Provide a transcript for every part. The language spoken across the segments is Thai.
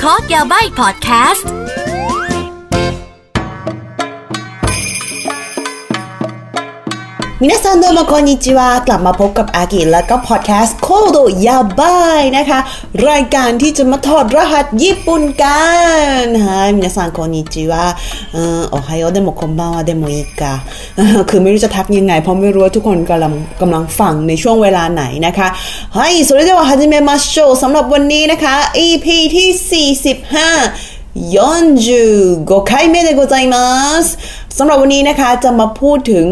Talk ยาใบ้ Podcast มินาซันโดโมโกนิจิวากลับมาพบกับอากิและก็พอดแคสต์โคโดยาบายนะคะรายการที่จะมาถอดรหัสญี่ปุ่นกันมินาซันโกนิจิวาโอไฮโอเดโมคอมบาวาเดโมอิกะคือไม่รู้จะทักยังไงเพราะไม่รู้ว่าทุกคนกำลังฟังในช่วงเวลาไหนนะคะそれでは始めましょうสำหรับวันนี้นะคะ EP ที่45回目でございますสำหรับวันนี้นะคะจะมาพูดถึง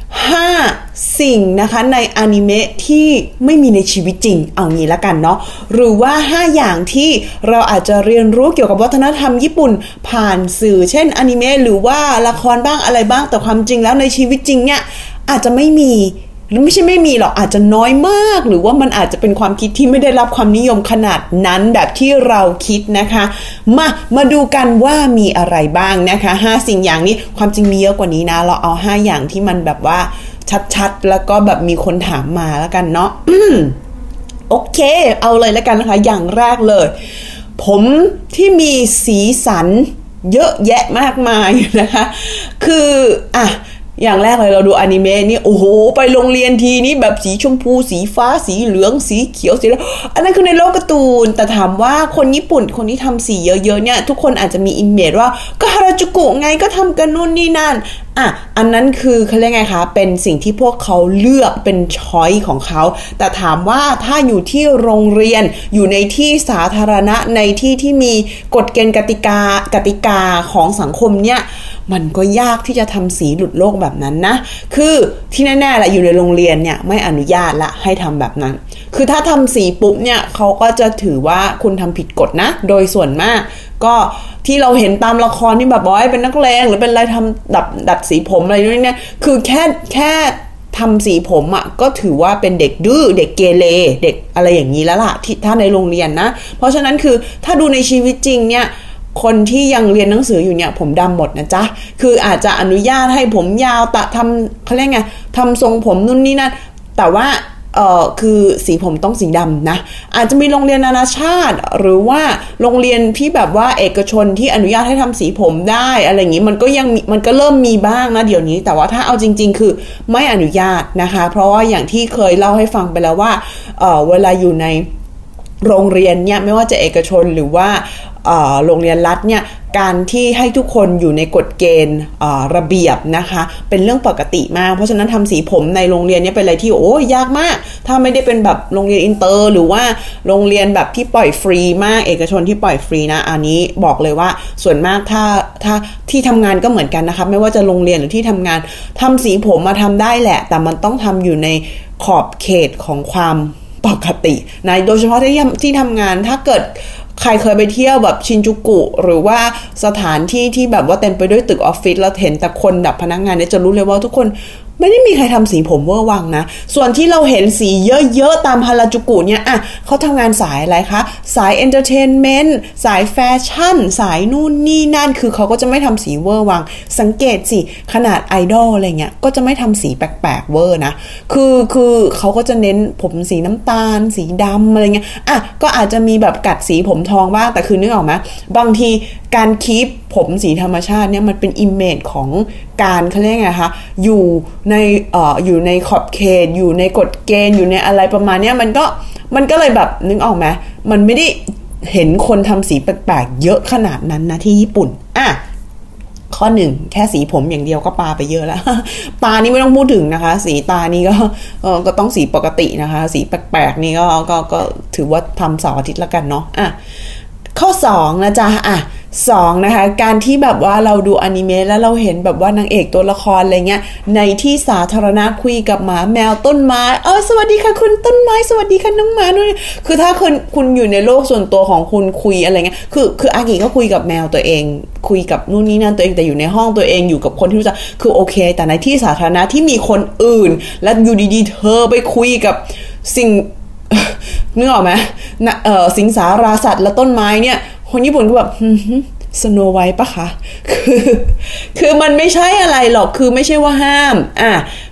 5สิ่งนะคะในอนิเมะที่ไม่มีในชีวิตจริงเอางี้ละกันเนาะหรือว่า5อย่างที่เราอาจจะเรียนรู้เกี่ยวกับวัฒนธรรมญี่ปุ่นผ่านสื่อเช่นอนิเมะหรือว่าละครบ้างอะไรบ้างแต่ความจริงแล้วในชีวิตจริงเนี่ยอาจจะไม่มีหรือไม่ใช่ไม่มีหรอกอาจจะน้อยมากหรือว่ามันอาจจะเป็นความคิดที่ไม่ได้รับความนิยมขนาดนั้นแบบที่เราคิดนะคะมาดูกันว่ามีอะไรบ้างนะคะ5สิ่งอย่างนี้ความจริงมีเยอะกว่านี้นะเราเอา5อย่างที่มันแบบว่าชัดๆแล้วก็แบบมีคนถามมาแล้วกันเนาะโอเคเอาเลยแล้วกันนะคะอย่างแรกเลยผมที่มีสีสันเยอะแยะมากมายนะคะคืออย่างแรกเลยเราดูอนิเมะนี่โอ้โหไปโรงเรียนทีนี้แบบสีชมพูสีฟ้าสีเหลืองสีเขียวสีอันนั้นคือในโลกการ์ตูนแต่ถามว่าคนญี่ปุ่นคนที่ทำสีเยอะๆเนี่ยทุกคนอาจจะมีอิมเมจว่าก็ฮาราจูกุไงก็ทำกันนู่นนี่นั่นอันนั้นคือเขาเรียกไงคะเป็นสิ่งที่พวกเขาเลือกเป็นช้อยของเขาแต่ถามว่าถ้าอยู่ที่โรงเรียนอยู่ในที่สาธารณะในที่ที่มีกฎเกณฑ์กติกาของสังคมเนี่ยมันก็ยากที่จะทำสีหลุดโลกแบบนั้นนะคือที่แน่ๆแหละอยู่ในโรงเรียนเนี่ยไม่อนุญาตละให้ทำแบบนั้นคือถ้าทำสีปุ๊บเนี่ยเขาก็จะถือว่าคุณทำผิดกฎนะโดยส่วนมากก็ที่เราเห็นตามละครที่แบบว่าเป็นนักเลงหรือเป็นอะไรทำดัดสีผมอะไรนู่นเนี่ยคือแค่ทำสีผมก็ถือว่าเป็นเด็กดื้อเด็กเกเรเด็กอะไรอย่างนี้แล้วล่ะที่ถ้าในโรงเรียนนะเพราะฉะนั้นคือถ้าดูในชีวิตจริงเนี่ยคนที่ยังเรียนหนังสืออยู่เนี่ยผมดำหมดนะจ๊ะคืออาจจะอนุญาตให้ผมยาวทำเขาเรียกไงทำทรงผมนู่นนี่นั่นแต่ว่าคือสีผมต้องสีดำนะอาจจะมีโรงเรียนนานาชาติหรือว่าโรงเรียนที่แบบว่าเอกชนที่อนุญาตให้ทำสีผมได้อะไรอย่างนี้มันก็เริ่มมีบ้างนะเดี๋ยวนี้แต่ว่าถ้าเอาจริงๆคือไม่อนุญาตนะคะเพราะว่าอย่างที่เคยเล่าให้ฟังไปแล้วว่าเวลาอยู่ในโรงเรียนเนี่ยไม่ว่าจะเอกชนหรือว่าโรงเรียนรัฐเนี่ยการที่ให้ทุกคนอยู่ในกฎเกณฑ์ระเบียบนะคะเป็นเรื่องปกติมากเพราะฉะนั้นทำสีผมในโรงเรียนเนี่ยเป็นอะไรที่ยากมากถ้าไม่ได้เป็นแบบโรงเรียนอินเตอร์หรือว่าโรงเรียนแบบที่ปล่อยฟรีมากเอกชนที่ปล่อยฟรีนะอันนี้บอกเลยว่าส่วนมากถ้าที่ทำงานก็เหมือนกันนะคะไม่ว่าจะโรงเรียนหรือที่ทำงานทำสีผมมาทำได้แหละแต่มันต้องทำอยู่ในขอบเขตของความปกตินะโดยเฉพาะที่ทำงานถ้าเกิดใครเคยไปเที่ยวแบบชินจูกุหรือว่าสถานที่ที่แบบว่าเต็มไปด้วยตึกออฟฟิศแล้วเห็นแต่คนแบบพนักงานเนี่ยจะรู้เลยว่าทุกคนไม่ได้มีใครทำสีผมเวอร์วังนะส่วนที่เราเห็นสีเยอะๆตามฮาราจูกุเนี่ยเขาทำงานสายอะไรคะสายเอนเตอร์เทนเมนต์สายแฟชั่นสายนู่นนี่นั่นคือเขาก็จะไม่ทำสีเวอร์วังสังเกตสิขนาดไอดอลอะไรเงี้ยก็จะไม่ทำสีแปลกๆเวอร์นะคือเขาก็จะเน้นผมสีน้ำตาลสีดำอะไรเงี้ยก็อาจจะมีแบบกัดสีผมทองบ้างแต่คือนึกออกไหมบางทีการคีปผมสีธรรมชาติเนี่ยมันเป็นอิมเมจของการเขาเรียกไงคะอยู่ในขอบเขตอยู่ในกฎเกณฑ์อยู่ในอะไรประมาณเนี้ยมันก็เลยแบบนึกออกไหมมันไม่ได้เห็นคนทำสีแปลกๆเยอะขนาดนั้นนะที่ญี่ปุ่นข้อหนึ่งแค่สีผมอย่างเดียวก็ปาไปเยอะแล้วตานี่ไม่ต้องพูดถึงนะคะสีตานี่ก็ต้องสีปกตินะคะสีแปลกๆนี่ก็ถือว่าทำเสาร์อาทิตย์ละกันเนาะข้อ2นะจ๊ะ2นะคะการที่แบบว่าเราดูอนิเมะแล้วเราเห็นแบบว่านางเอกตัวละครอะไรเงี้ยในที่สาธารณะคุยกับหมาแมวต้นไม้สวัสดีค่ะคุณต้นไม้สวัสดีค่ะน้องหมาด้วยคือถ้าคุณอยู่ในโลกส่วนตัวของคุณคุยอะไรเงี้ยคืออากิก็คุยกับแมวตัวเองคุยกับนู่นนี่นั่นตัวเองแต่อยู่ในห้องตัวเองอยู่กับคนที่รู้จักคือโอเคแต่ในที่สาธารณะที่มีคนอื่นแล้วอยู่ดีๆเธอไปคุยกับสิ่งนึกออกไหมสิงสาราสัตว์และต้นไม้เนี่ยคนญี่ปุ่นก็แบบสโนไวท์ปะคะคือมันไม่ใช่อะไรหรอกคือไม่ใช่ว่าห้าม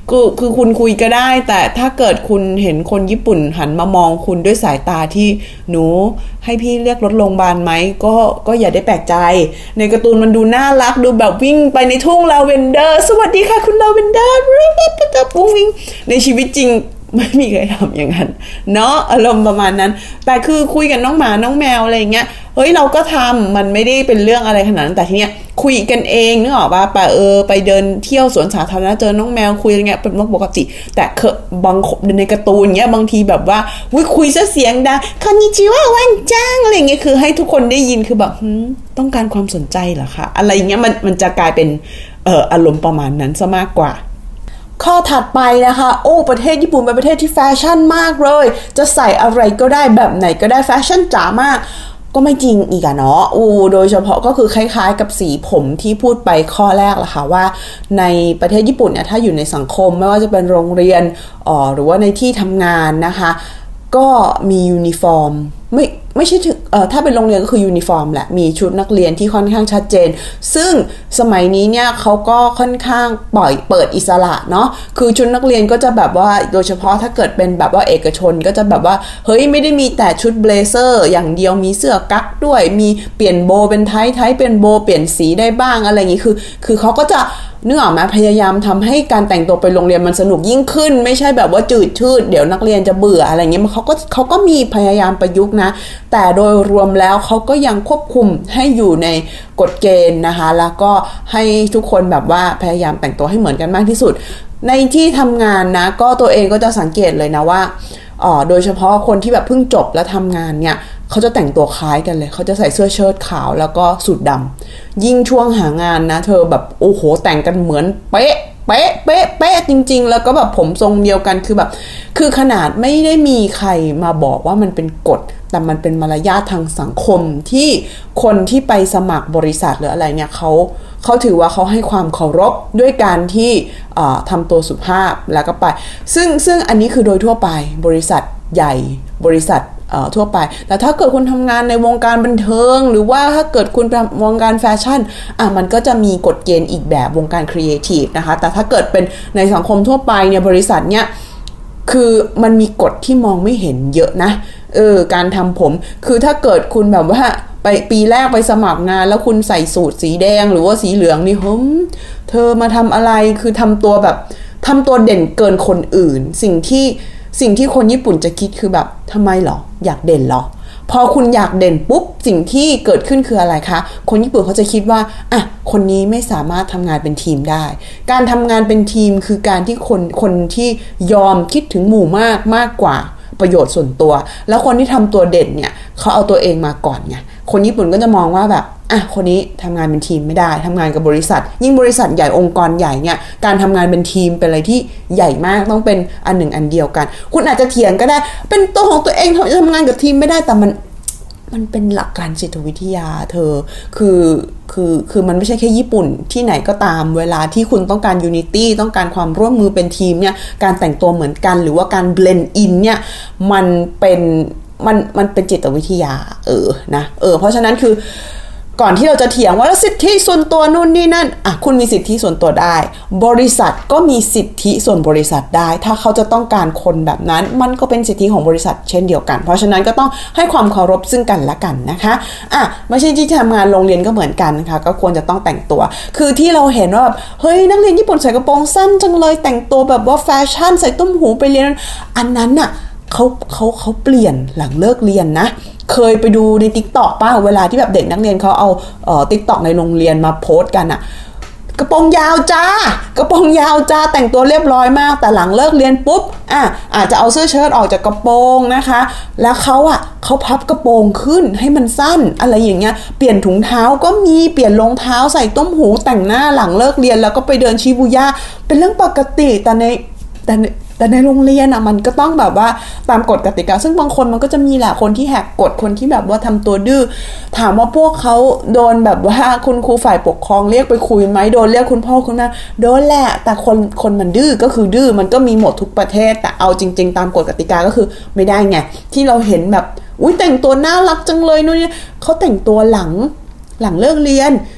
คือคุณคุยก็ได้แต่ถ้าเกิดคุณเห็นคนญี่ปุ่นหันมามองคุณด้วยสายตาที่หนูให้พี่เรียกรถโรงพยาบาลไหมก็อย่าได้แปลกใจในการ์ตูนมันดูน่ารักดูแบบวิ่งไปในทุ่งลาเวนเดอร์สวัสดีค่ะคุณลาเวนเดอร์วิ่งในชีวิตจริงไม่มีใครทำอย่างนั้นเนาะอารมณ์ประมาณนั้นแต่คือคุยกับน้องหมาน้องแมวอะไรอย่างเงี้ยเฮ้ยเราก็ทำมันไม่ได้เป็นเรื่องอะไรขนาดนั้นแต่ทีเนี้ยคุยกันเองนึกออกป่ะไปเดินเที่ยวสวนสาธารณะเจอน้องแมวคุยอะไรเงี้ยเป็นเรื่องปกติแต่บางในการ์ตูนเงี้ยบางทีแบบว่าคุยซะเสียงดังคอนนิจิวะวันจังอะไรเงี้ยคือให้ทุกคนได้ยินคือแบบต้องการความสนใจเหรอคะอะไรเงี้ยมันจะกลายเป็นอารมณ์ประมาณนั้นซะมากกว่าข้อถัดไปนะคะประเทศญี่ปุ่นเป็นประเทศที่แฟชั่นมากเลยจะใส่อะไรก็ได้แบบไหนก็ได้แฟชั่นจ๋ามากก็ไม่จริงอีกอะเนาะโดยเฉพาะก็คือคล้ายๆกับสีผมที่พูดไปข้อแรกล่ะค่ะว่าในประเทศญี่ปุ่นเนี่ยถ้าอยู่ในสังคมไม่ว่าจะเป็นโรงเรียนหรือว่าในที่ทำงานนะคะก็มียูนิฟอร์มไม่ใช่ถ้าเป็นโรงเรียนก็คือยูนิฟอร์มแหละมีชุดนักเรียนที่ค่อนข้างชัดเจนซึ่งสมัยนี้เนี่ยเขาก็ค่อนข้างเปิดอิสระเนาะคือชุดนักเรียนก็จะแบบว่าโดยเฉพาะถ้าเกิดเป็นแบบว่าเอกชนก็จะแบบว่าเฮ้ยไม่ได้มีแต่ชุดเบลเซอร์อย่างเดียวมีเสื้อกั๊กด้วยมีเปลี่ยนโบเป็นไทเป็นโบเปลี่ยนสีได้บ้างอะไรอย่างนี้คือเขาก็จะนึกออกไหมพยายามทำให้การแต่งตัวไปโรงเรียนมันสนุกยิ่งขึ้นไม่ใช่แบบว่าจืดชืดเดี๋ยวนักเรียนจะเบื่ออะไรเงี้ยเขาก็มีพยายามประยุกต์นะแต่โดยรวมแล้วเขาก็ยังควบคุมให้อยู่ในกฎเกณฑ์นะคะแล้วก็ให้ทุกคนแบบว่าพยายามแต่งตัวให้เหมือนกันมากที่สุดในที่ทำงานนะก็ตัวเองก็จะสังเกตเลยนะว่าโดยเฉพาะคนที่แบบเพิ่งจบแล้วทำงานเนี่ยเขาจะแต่งตัวคล้ายกันเลยเขาจะใส่เสื้อเชิ้ตขาวแล้วก็สูทดำยิ่งช่วงหางานนะเธอแบบโอ้โหแต่งกันเหมือนเป๊ะจริงๆแล้วก็แบบผมทรงเดียวกันคือขนาดไม่ได้มีใครมาบอกว่ามันเป็นกฎแต่มันเป็นมารยาททางสังคมที่คนที่ไปสมัครบริษัทหรืออะไรเนี่ยเขาถือว่าเขาให้ความเคารพด้วยการที่ทำตัวสุภาพแล้วก็ไปซึ่งอันนี้คือโดยทั่วไปบริษัทใหญ่บริษัททั่วไปแต่ถ้าเกิดคุณทำงานในวงการบันเทิงหรือว่าถ้าเกิดคุณทำวงการแฟชั่นมันก็จะมีกฎเกณฑ์อีกแบบวงการครีเอทีฟนะคะแต่ถ้าเกิดเป็นในสังคมทั่วไปเนี่ยบริษัทเนี้ยคือมันมีกฎที่มองไม่เห็นเยอะนะการทำผมคือถ้าเกิดคุณแบบว่าไปปีแรกไปสมัครงานแล้วคุณใส่สูทสีแดงหรือว่าสีเหลืองนี่เธอมาทำอะไรคือทำตัวเด่นเกินคนอื่นสิ่งที่คนญี่ปุ่นจะคิดคือแบบทำไมหรออยากเด่นหรอพอคุณอยากเด่นปุ๊บสิ่งที่เกิดขึ้นคืออะไรคะคนญี่ปุ่นเขาจะคิดว่าคนนี้ไม่สามารถทำงานเป็นทีมได้การทำงานเป็นทีมคือการที่คนที่ยอมคิดถึงหมู่มากกว่าประโยชน์ส่วนตัวแล้วคนที่ทำตัวเด่นเนี่ยเขาเอาตัวเองมาก่อนไงคนญี่ปุ่นก็จะมองว่าแบบคนนี้ทำงานเป็นทีมไม่ได้ทำงานกับบริษัทยิ่งบริษัทใหญ่องค์กรใหญ่เนี่ยการทำงานเป็นทีมเป็นอะไรที่ใหญ่มากต้องเป็นอันหนึ่งอันเดียวกันคุณอาจจะเถียงก็ได้เป็นตัวของตัวเองทำงานกับทีมไม่ได้แต่มันเป็นหลักการจิตวิทยาเธอคือมันไม่ใช่แค่ญี่ปุ่นที่ไหนก็ตามเวลาที่คุณต้องการยูนิตี้ต้องการความร่วมมือเป็นทีมเนี่ยการแต่งตัวเหมือนกันหรือว่าการเบลนด์อินเนี่ยมันเป็นจิตวิทยานะเพราะฉะนั้นคือก่อนที่เราจะเถียงว่าสิทธิส่วนตัวนู่นนี่นั่นคุณมีสิทธิส่วนตัวได้บริษัทก็มีสิทธิส่วนบริษัทได้ถ้าเขาจะต้องการคนแบบนั้นมันก็เป็นสิทธิของบริษัทเช่นเดียวกันเพราะฉะนั้นก็ต้องให้ความเคารพซึ่งกันและกันนะคะไม่ใช่ที่ทำงานโรงเรียนก็เหมือนกันนะคะก็ควรจะต้องแต่งตัวคือที่เราเห็นว่าแบบเฮ้ยนักเรียนญี่ปุ่นใส่กระโปรงสั้นจังเลยแต่งตัวแบบว่าแฟชั่นใส่ตุ้มหูไปเรียนอันนั้นน่ะเขาเปลี่ยนหลังเลิกเรียนนะเคยไปดูใน TikTok ป่ะเวลาที่แบบเด็กนักเรียนเขาเอาTikTok ในโรงเรียนมาโพสต์กันกระโปรงยาวจ้ากระโปรงยาวจ้าแต่งตัวเรียบร้อยมากแต่หลังเลิกเรียนปุ๊บอาจจะเอาเสื้อเชิ้ตออกจากกระโปรงนะคะแล้วเขาพับกระโปรงขึ้นให้มันสั้นอะไรอย่างเงี้ยเปลี่ยนถุงเท้าก็มีเปลี่ยนรองเท้าใส่ต้มหูแต่งหน้าหลังเลิกเรียนแล้วก็ไปเดินชิบูย่าเป็นเรื่องปกติแต่ในโรงเรียนมันก็ต้องแบบว่าตามกฎกติกาซึ่งบางคนมันก็จะมีแหละคนที่แหกกฎคนที่แบบว่าทำตัวดื้อถามว่าพวกเขาโดนแบบว่าคุณครูฝ่ายปกครองเรียกไปคุยไหมโดนเรียกคุณพ่อคุณแม่โดนแหละแต่คนมันดื้อก็คือดื้อมันก็มีหมดทุกประเทศแต่เอาจริงๆตามกฎกติกาก็คือไม่ได้ไงที่เราเห็นแบบแต่งตัวน่ารักจังเลยนู่นนี่เขาแต่งตัวหลังเลิกเรียน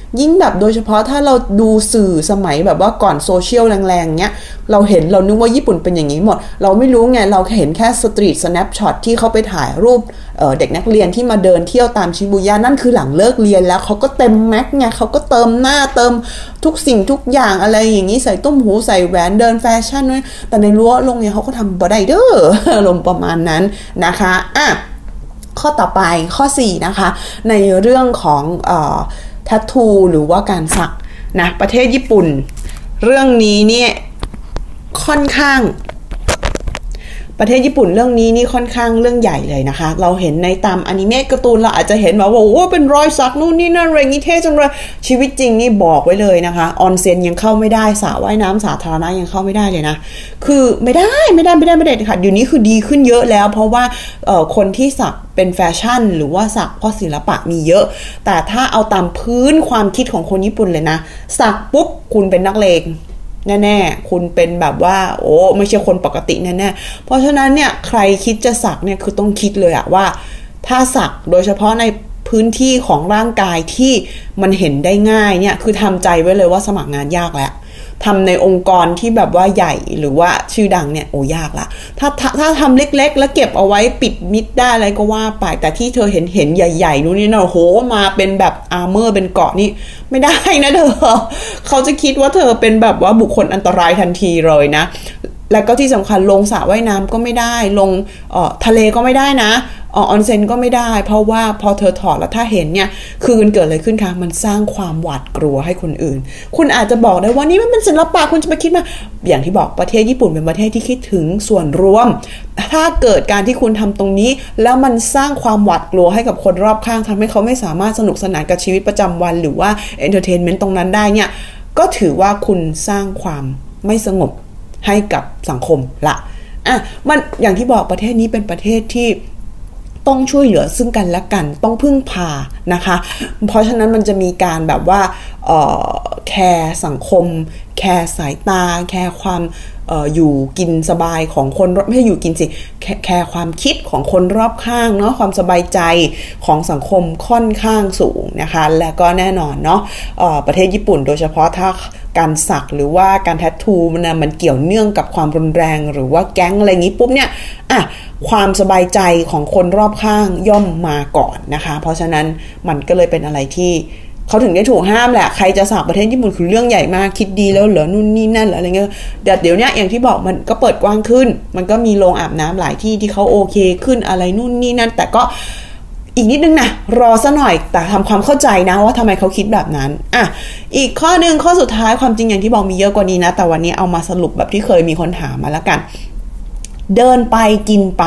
ยิ่งแบบโดยเฉพาะถ้าเราดูสื่อสมัยแบบว่าก่อนโซเชียลแรงๆเนี้ยเราเห็นเรานึกว่าญี่ปุ่นเป็นอย่างนี้หมดเราไม่รู้ไงเราเห็นแค่สตรีทสแนปช็อตที่เขาไปถ่ายรูปเด็กนักเรียนที่มาเดินเที่ยวตามชิบูย่านั่นคือหลังเลิกเรียนแล้วเขาก็เต็มแม็กไงเขาก็เติมหน้าเติมทุกสิ่งทุกอย่างอะไรอย่างนี้ใส่ตุ้มหูใส่แหวนเดินแฟชั่นด้วยแต่ในรั้วโรงเรียนเขาก็ทำบ่ได้เด้ออารมณ์ประมาณนั้นนะคะข้อต่อไปข้อ4นะคะในเรื่องของแทททูหรือว่าการสักนะประเทศญี่ปุ่นเรื่องนี้เนี่ยค่อนข้างประเทศญี่ปุ่นเรื่องนี้นี่ค่อนข้างเรื่องใหญ่เลยนะคะเราเห็นในตามอนิเมะการ์ตูนเราอาจจะเห็นว่าโอ้โหเป็นรอยสักนู่นนี่นั่นอะไรงี้เท่จังเลยชีวิตจริงนี่บอกไว้เลยนะคะออนเซ็นยังเข้าไม่ได้สระว่ายน้ำสาธารณะยังเข้าไม่ได้เลยนะคือไม่ได้ค่ะเดี๋ยวนี้คือดีขึ้นเยอะแล้วเพราะว่าคนที่สักเป็นแฟชั่นหรือว่าสักเพราะศิลปะมีเยอะแต่ถ้าเอาตามพื้นความคิดของคนญี่ปุ่นเลยนะสักปุ๊บคุณเป็นนักเลงแน่ๆคุณเป็นแบบว่าโอ้ไม่ใช่คนปกติแน่ๆเพราะฉะนั้นเนี่ยใครคิดจะสักเนี่ยคือต้องคิดเลยอะว่าถ้าสักโดยเฉพาะในพื้นที่ของร่างกายที่มันเห็นได้ง่ายเนี่ยคือทำใจไว้เลยว่าสมัครงานยากแล้วทำในองค์กรที่แบบว่าใหญ่หรือว่าชื่อดังเนี่ยโอ้ยากละถ้าทำเล็กๆแล้วเก็บเอาไว้ปิดมิดได้อะไรก็ว่าไปแต่ที่เธอเห็นใหญ่ๆนู่นนี่นะโหมาเป็นแบบอาร์เมอร์เป็นเกราะนี่ไม่ได้นะเธอเขาจะคิดว่าเธอเป็นแบบว่าบุคคลอันตรายทันทีเลยนะแล้วก็ที่สำคัญลงสระว่ายน้ำก็ไม่ได้ลงทะเลก็ไม่ได้นะออนเซ็นก็ไม่ได้เพราะว่าพอเธอถอดแล้วถ้าเห็นเนี่ยคือมันเกิดอะไรขึ้นคะมันสร้างความหวาดกลัวให้คนอื่นคุณอาจจะบอกได้ว่านี่มันเป็นศิลปะคุณจะไปคิดมาอย่างที่บอกประเทศญี่ปุ่นเป็นประเทศที่คิดถึงส่วนรวมถ้าเกิดการที่คุณทำตรงนี้แล้วมันสร้างความหวาดกลัวให้กับคนรอบข้างทำให้เขาไม่สามารถสนุกสนานกับชีวิตประจำวันหรือว่าเอนเตอร์เทนเมนต์ตรงนั้นได้เนี่ยก็ถือว่าคุณสร้างความไม่สงบให้กับสังคมละมันอย่างที่บอกประเทศนี้เป็นประเทศที่ต้องช่วยเหลือซึ่งกันและกันต้องพึ่งพานะคะเพราะฉะนั้นมันจะมีการแบบว่าแคร์สังคมแคร์สายตาแคร์ความอยู่กินสบายของคนไม่ใช่อยู่กินสิแคร์ความคิดของคนรอบข้างเนาะความสบายใจของสังคมค่อนข้างสูงนะคะและก็แน่นอนเนาะประเทศญี่ปุ่นโดยเฉพาะถ้าการสักหรือว่าการแทททูมันเกี่ยวเนื่องกับความรุนแรงหรือว่าแก๊งอะไรอย่างนี้ปุ๊บเนี่ยความสบายใจของคนรอบข้างย่อมมาก่อนนะคะเพราะฉะนั้นมันก็เลยเป็นอะไรที่เขาถึงได้ถูกห้ามแหละใครจะสักประเทศญี่ปุ่นคือเรื่องใหญ่มากคิดดีแล้วเหรอนู่นนี่นั่นหรืออะไรเงี้ยเดี๋ยวนี้อย่างที่บอกมันก็เปิดกว้างขึ้นมันก็มีโรงอาบน้ำหลายที่ที่เขาโอเคขึ้นอะไรนู่นนี่นั่นแต่ก็อีกนิดนึงนะรอซะหน่อยแต่ทำความเข้าใจนะว่าทำไมเขาคิดแบบนั้นอีกข้อนึงข้อสุดท้ายความจริงอย่างที่บอกมีเยอะกว่านี้นะแต่วันนี้เอามาสรุปแบบที่เคยมีคนถามมาแล้วกันเดินไปกินไป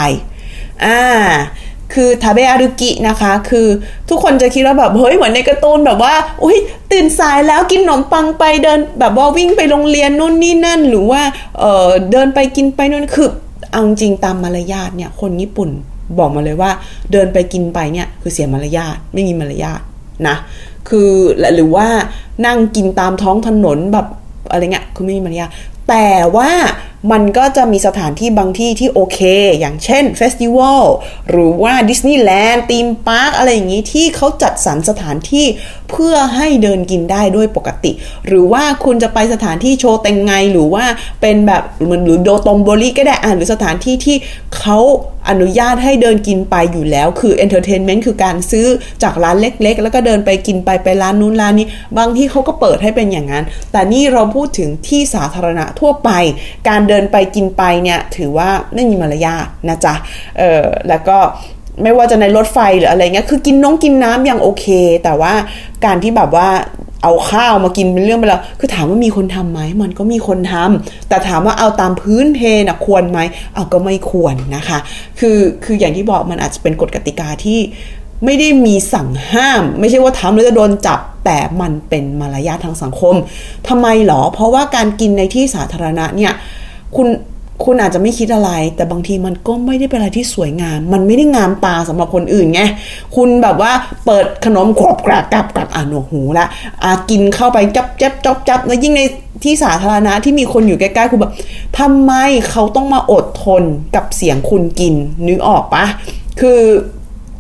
คือทาเบอารุกินะคะคือทุกคนจะคิดว่าแบบเฮ้ยเหมือนในการ์ตูนแบบว่าอุ๊ยตื่นสายแล้วกินขนมปังไปเดินแบบว่าวิ่งไปโรงเรียนนู่นนี่นั่นหรือว่าเดินไปกินไปนู่นคือเอาจริงตามมารยาทเนี่ยคนญี่ปุ่นบอกมาเลยว่าเดินไปกินไปเนี่ยคือเสียมารยาทไม่มีมารยาทนะคือหรือว่านั่งกินตามท้องถนนแบบอะไรเงี้ยคือไม่มีมารยาทแต่ว่ามันก็จะมีสถานที่บางที่ที่โอเคอย่างเช่นเฟสติวัลหรือว่าดิสนีย์แลนด์ธีมพาร์คอะไรอย่างนี้ที่เขาจัดสรรสถานที่เพื่อให้เดินกินได้ด้วยปกติหรือว่าคุณจะไปสถานที่โชว์แต่งไงหรือว่าเป็นแบบเหมือนหรือโดโตมโบริก็ได้หรือสถานที่ที่เขาอนุญาตให้เดินกินไปอยู่แล้วคือเอนเตอร์เทนเมนต์คือการซื้อจากร้านเล็กๆแล้วก็เดินไปกินไปร้านนู้นร้านนี้บางที่เขาก็เปิดให้เป็นอย่างนั้นแต่นี่เราพูดถึงที่สาธารณะทั่วไปการเดินไปกินไปเนี่ยถือว่าไม่มีมารยาทนะจ๊ะแล้วก็ไม่ว่าจะในรถไฟหรืออะไรเงี้ยคือกินน้ำยังโอเคแต่ว่าการที่แบบว่าเอาข้าวมากินเป็นเรื่องไปแล้วคือถามว่ามีคนทำไหมมันก็มีคนทำแต่ถามว่าเอาตามพื้นเพนะควรไหมเอาก็ไม่ควรนะคะคืออย่างที่บอกมันอาจจะเป็นกฎกติกาที่ไม่ได้มีสั่งห้ามไม่ใช่ว่าทำแล้วจะโดนจับแต่มันเป็นมารยาททางสังคมทำไมหรอเพราะว่าการกินในที่สาธารณะเนี่ยคุณอาจจะไม่คิดอะไรแต่บางทีมันก็ไม่ได้เป็นอะไรที่สวยงามมันไม่ได้งามตาสำหรับคนอื่นไงคุณแบบว่าเปิดขนมกรอบกราบกับหนวกหูละกินเข้าไปจับแล้วยิ่งในที่สาธารณะที่มีคนอยู่ใกล้ๆคุณแบบทำไมเขาต้องมาอดทนกับเสียงคุณกินนึกออกปะคือ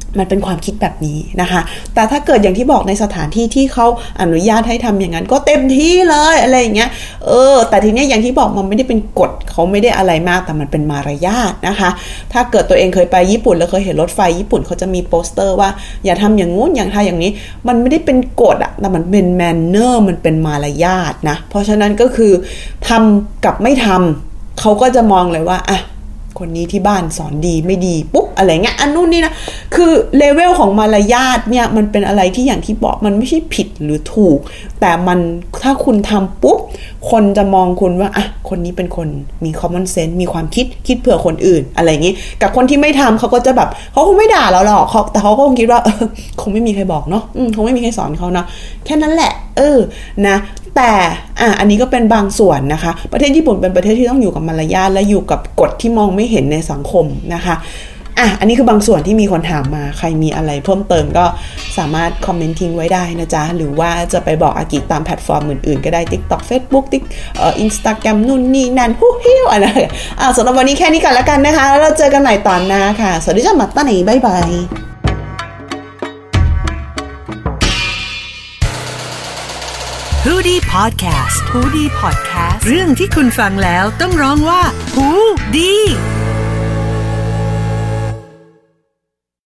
มันเป็นความคิดแบบนี้นะคะแต่ถ้าเกิดอย่างที่บอกในสถานที่ที่เขาอนุญาตให้ทำอย่างนั้นก็เต็มที่เลยอะไรอย่างเงี้ยแต่ทีนี้อย่างที่บอกมันไม่ได้เป็นกฎเขาไม่ได้อะไรมากแต่มันเป็นมารยาทนะคะถ้าเกิดตัวเองเคยไปญี่ปุ่นแล้วเคยเห็นรถไฟญี่ปุ่นเขาจะมีโปสเตอร์ว่าอย่าทำอย่างงู้นอย่างทำอย่างนี้มันไม่ได้เป็นกฎอะแต่มันเป็นแมนเนอร์มันเป็นมารยาทนะเพราะฉะนั้นก็คือทำกับไม่ทำเขาก็จะมองเลยว่าอ่ะคนนี้ที่บ้านสอนดีไม่ดีปุ๊บอะไรเงี้ยอันนู้นนี่นะคือเลเวลของมารยาทเนี่ยมันเป็นอะไรที่อย่างที่บอกมันไม่ใช่ผิดหรือถูกแต่มันถ้าคุณทำปุ๊บคนจะมองคุณว่าอ่ะคนนี้เป็นคนมี common sense มีความคิดเผื่อคนอื่นอะไรอย่างงี้กับคนที่ไม่ทำเขาก็จะแบบเขาคงไม่ด่าเราหรอกแต่เขาก็คงคิดว่าคงไม่มีใครบอกเนาะคงไม่มีใครสอนเขาเนาะแค่นั้นแหละนะแต่อันนี้ก็เป็นบางส่วนนะคะประเทศญี่ปุ่นเป็นประเทศที่ต้องอยู่กับมารยาทและอยู่กับกฎที่มองไม่เห็นในสังคมนะคะอันนี้คือบางส่วนที่มีคนถามมาใครมีอะไรเพิ่มเติมก็สามารถคอมเมนต์ทิ้งไว้ได้นะจ๊ะหรือว่าจะไปบอกอากิตามแพลตฟอร์มอื่นๆก็ได้ TikTok Facebook Instagram นู่นนี่นั่นฮู้ฮิ้วอะไรสำหรับวันนี้แค่นี้ก่อนแล้วกันนะคะแล้วเราเจอกันใหม่ตอนหน้าค่ะสวัสดีจ้ามาต้าไหนบ๊ายบาย Hoodie Podcast เรื่องที่คุณฟังแล้วต้องร้องว่าหูดี